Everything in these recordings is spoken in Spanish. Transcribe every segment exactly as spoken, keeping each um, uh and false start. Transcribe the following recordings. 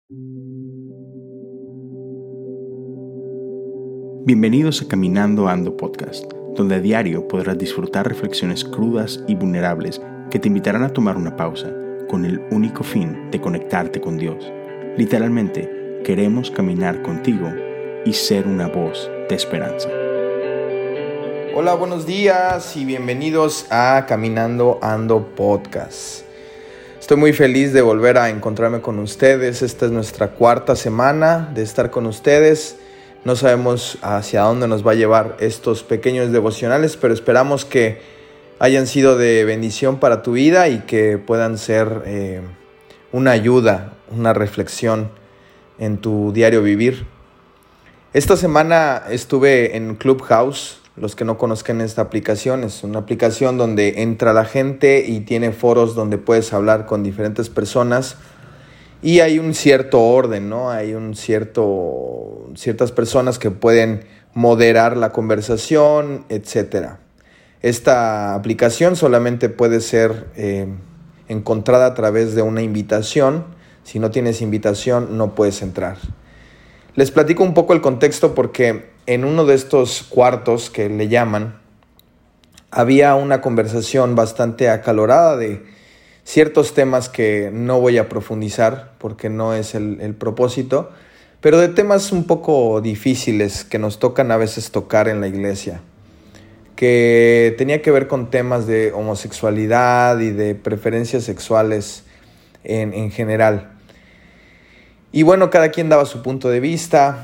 Bienvenidos a Caminando Ando Podcast, donde a diario podrás disfrutar reflexiones crudas y vulnerables que te invitarán a tomar una pausa con el único fin de conectarte con Dios. Literalmente, queremos caminar contigo y ser una voz de esperanza. Hola, buenos días y bienvenidos a Caminando Ando Podcast. Estoy muy feliz de volver a encontrarme con ustedes. Esta es nuestra cuarta semana de estar con ustedes. No sabemos hacia dónde nos va a llevar estos pequeños devocionales, pero esperamos que hayan sido de bendición para tu vida y que puedan ser eh, una ayuda, una reflexión en tu diario vivir. Esta semana estuve en Clubhouse. Los que no conozcan esta aplicación, es una aplicación donde entra la gente y tiene foros donde puedes hablar con diferentes personas. Y hay un cierto orden, ¿no? Hay un cierto, ciertas personas que pueden moderar la conversación, etcétera. Esta aplicación solamente puede ser eh, encontrada a través de una invitación. Si no tienes invitación, no puedes entrar. Les platico un poco el contexto porque en uno de estos cuartos que le llaman, había una conversación bastante acalorada de ciertos temas que no voy a profundizar porque no es el, el propósito, pero de temas un poco difíciles que nos tocan a veces tocar en la iglesia, que tenía que ver con temas de homosexualidad y de preferencias sexuales en, en general. Y bueno, cada quien daba su punto de vista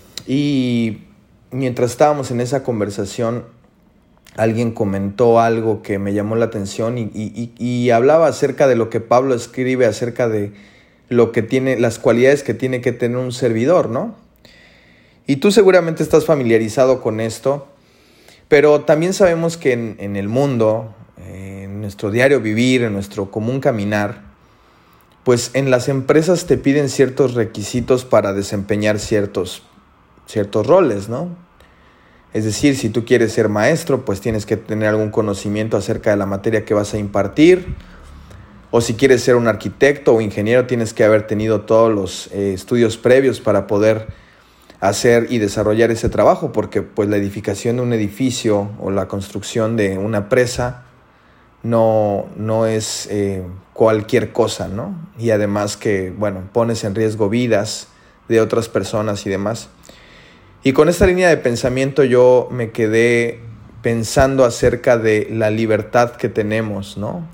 y mientras estábamos en esa conversación, alguien comentó algo que me llamó la atención y, y, y hablaba acerca de lo que Pablo escribe acerca de lo que tiene, las cualidades que tiene que tener un servidor, ¿no? Y tú seguramente estás familiarizado con esto, pero también sabemos que en, en el mundo, en nuestro diario vivir, en nuestro común caminar, pues en las empresas te piden ciertos requisitos para desempeñar ciertos, ciertos roles, ¿no? Es decir, si tú quieres ser maestro, pues tienes que tener algún conocimiento acerca de la materia que vas a impartir. O si quieres ser un arquitecto o ingeniero, tienes que haber tenido todos los eh, estudios previos para poder hacer y desarrollar ese trabajo, porque pues la edificación de un edificio o la construcción de una presa no, no es eh, cualquier cosa, ¿no? Y además que, bueno, pones en riesgo vidas de otras personas y demás. Y con esta línea de pensamiento yo me quedé pensando acerca de la libertad que tenemos, ¿no?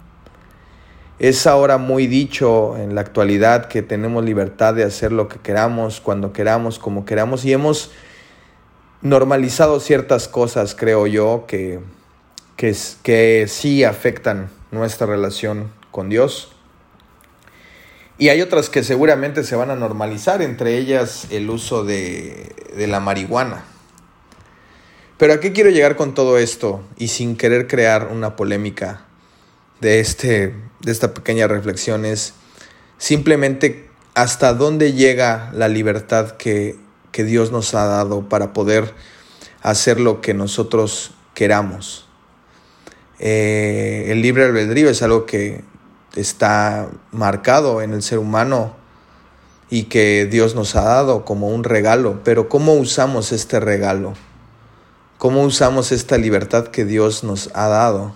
Es ahora muy dicho en la actualidad que tenemos libertad de hacer lo que queramos, cuando queramos, como queramos, y hemos normalizado ciertas cosas, creo yo, que, que, que sí afectan nuestra relación con Dios. Y hay otras que seguramente se van a normalizar, entre ellas el uso de, de la marihuana. Pero ¿a qué quiero llegar con todo esto? Y sin querer crear una polémica de, este, de esta pequeña reflexión es simplemente hasta dónde llega la libertad que, que Dios nos ha dado para poder hacer lo que nosotros queramos. Eh, el libre albedrío es algo que está marcado en el ser humano y que Dios nos ha dado como un regalo, pero ¿cómo usamos este regalo? ¿Cómo usamos esta libertad que Dios nos ha dado?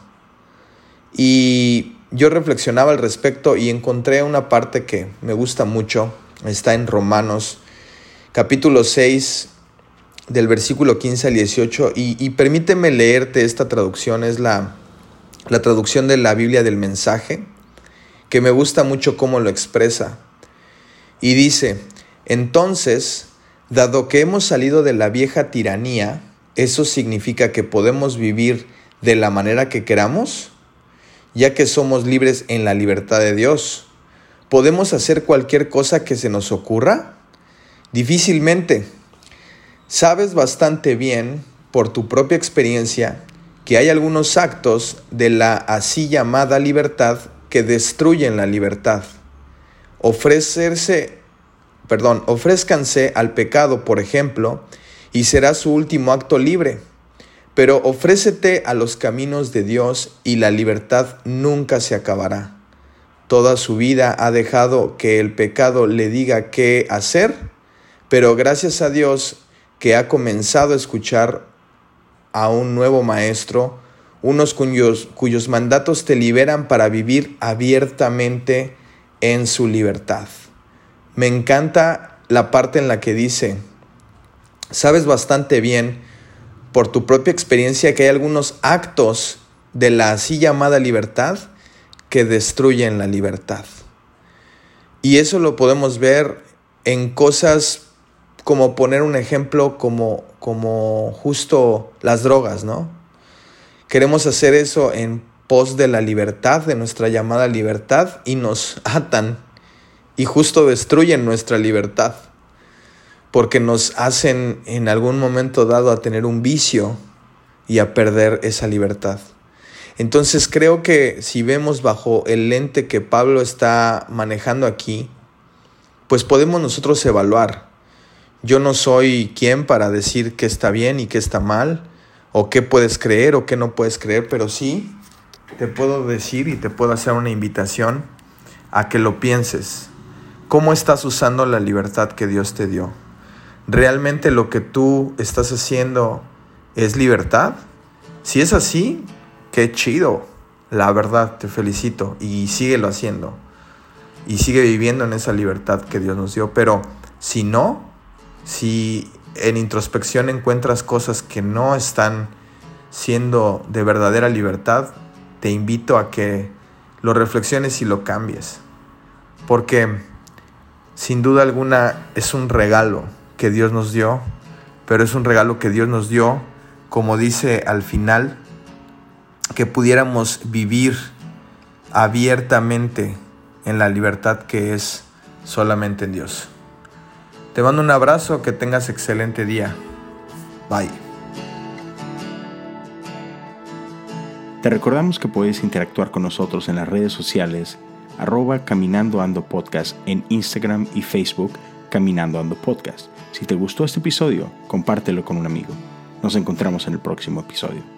Y yo reflexionaba al respecto y encontré una parte que me gusta mucho, está en Romanos capítulo seis del versículo quince al dieciocho y, y permíteme leerte esta traducción, es la, la traducción de la Biblia del Mensaje, que me gusta mucho cómo lo expresa. Y dice: entonces, dado que hemos salido de la vieja tiranía, ¿eso significa que podemos vivir de la manera que queramos? Ya que somos libres en la libertad de Dios, ¿podemos hacer cualquier cosa que se nos ocurra? Difícilmente. Sabes bastante bien, por tu propia experiencia, que hay algunos actos de la así llamada libertad que destruyen la libertad. Ofrecerse, perdón, ofrézcanse al pecado, por ejemplo, y será su último acto libre. Pero ofrécete a los caminos de Dios y la libertad nunca se acabará. toda su vida ha dejado que el pecado le diga qué hacer, pero gracias a Dios que ha comenzado a escuchar a un nuevo maestro, unos cuyos, cuyos mandatos te liberan para vivir abiertamente en su libertad. Me encanta la parte en la que dice, sabes bastante bien por tu propia experiencia que hay algunos actos de la así llamada libertad que destruyen la libertad. Y eso lo podemos ver en cosas como poner un ejemplo como, como justo las drogas, ¿no? Queremos hacer eso en pos de la libertad, de nuestra llamada libertad, y nos atan y justo destruyen nuestra libertad, porque nos hacen en algún momento dado a tener un vicio y a perder esa libertad. Entonces creo que si vemos bajo el lente que Pablo está manejando aquí, pues podemos nosotros evaluar. Yo no soy quien para decir qué está bien y qué está mal, o qué puedes creer o qué no puedes creer, pero sí te puedo decir y te puedo hacer una invitación a que lo pienses. ¿Cómo estás usando la libertad que Dios te dio? ¿Realmente lo que tú estás haciendo es libertad? Si es así, qué chido. La verdad, te felicito y síguelo haciendo. Y sigue viviendo en esa libertad que Dios nos dio. Pero si no, si en introspección encuentras cosas que no están siendo de verdadera libertad, te invito a que lo reflexiones y lo cambies. Porque sin duda alguna es un regalo que Dios nos dio, pero es un regalo que Dios nos dio, como dice al final, que pudiéramos vivir abiertamente en la libertad que es solamente en Dios. Te mando un abrazo, que tengas excelente día. Bye. Te recordamos que puedes interactuar con nosotros en las redes sociales arroba Caminando Ando Podcast en Instagram y Facebook, Caminando Ando Podcast. Si te gustó este episodio, compártelo con un amigo. Nos encontramos en el próximo episodio.